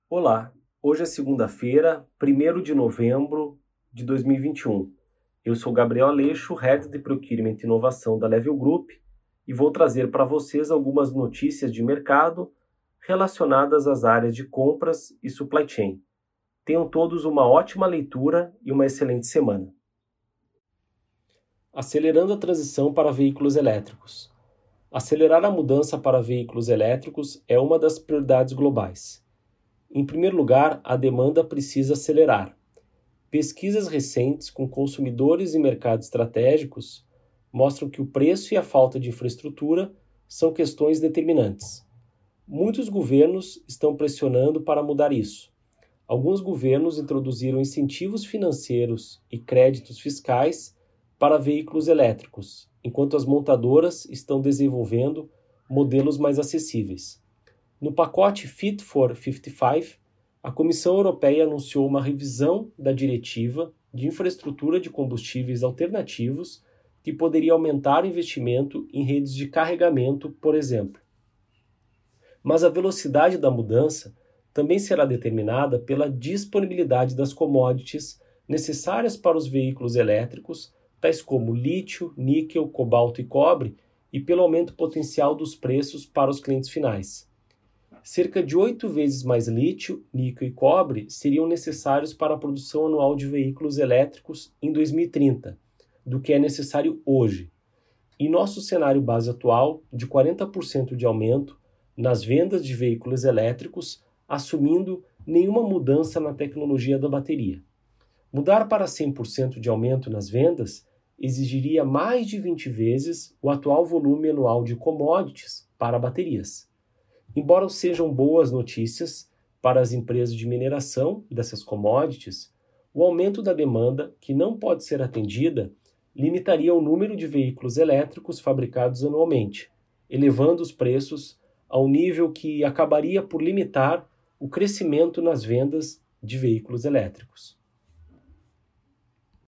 Olá, hoje é segunda-feira, 1º de novembro de 2021. Eu sou Gabriel Aleixo, Head de Procurement e Inovação da Level Group e vou trazer para vocês algumas notícias de mercado relacionadas às áreas de compras e supply chain. Tenham todos uma ótima leitura e uma excelente semana. Acelerando a transição para veículos elétricos. Acelerar a mudança para veículos elétricos é uma das prioridades globais. Em primeiro lugar, a demanda precisa acelerar. Pesquisas recentes com consumidores e mercados estratégicos mostram que o preço e a falta de infraestrutura são questões determinantes. Muitos governos estão pressionando para mudar isso. Alguns governos introduziram incentivos financeiros e créditos fiscais para veículos elétricos, enquanto as montadoras estão desenvolvendo modelos mais acessíveis. No pacote Fit for 55, a Comissão Europeia anunciou uma revisão da diretiva de infraestrutura de combustíveis alternativos que poderia aumentar o investimento em redes de carregamento, por exemplo. Mas a velocidade da mudança também será determinada pela disponibilidade das commodities necessárias para os veículos elétricos, tais como lítio, níquel, cobalto e cobre, e pelo aumento potencial dos preços para os clientes finais. Cerca de 8 vezes mais lítio, níquel e cobre seriam necessários para a produção anual de veículos elétricos em 2030, do que é necessário hoje. Em nosso cenário base atual, de 40% de aumento nas vendas de veículos elétricos, assumindo nenhuma mudança na tecnologia da bateria. Mudar para 100% de aumento nas vendas exigiria mais de 20 vezes o atual volume anual de commodities para baterias. Embora sejam boas notícias para as empresas de mineração dessas commodities, o aumento da demanda, que não pode ser atendida, limitaria o número de veículos elétricos fabricados anualmente, elevando os preços ao nível que acabaria por limitar o crescimento nas vendas de veículos elétricos.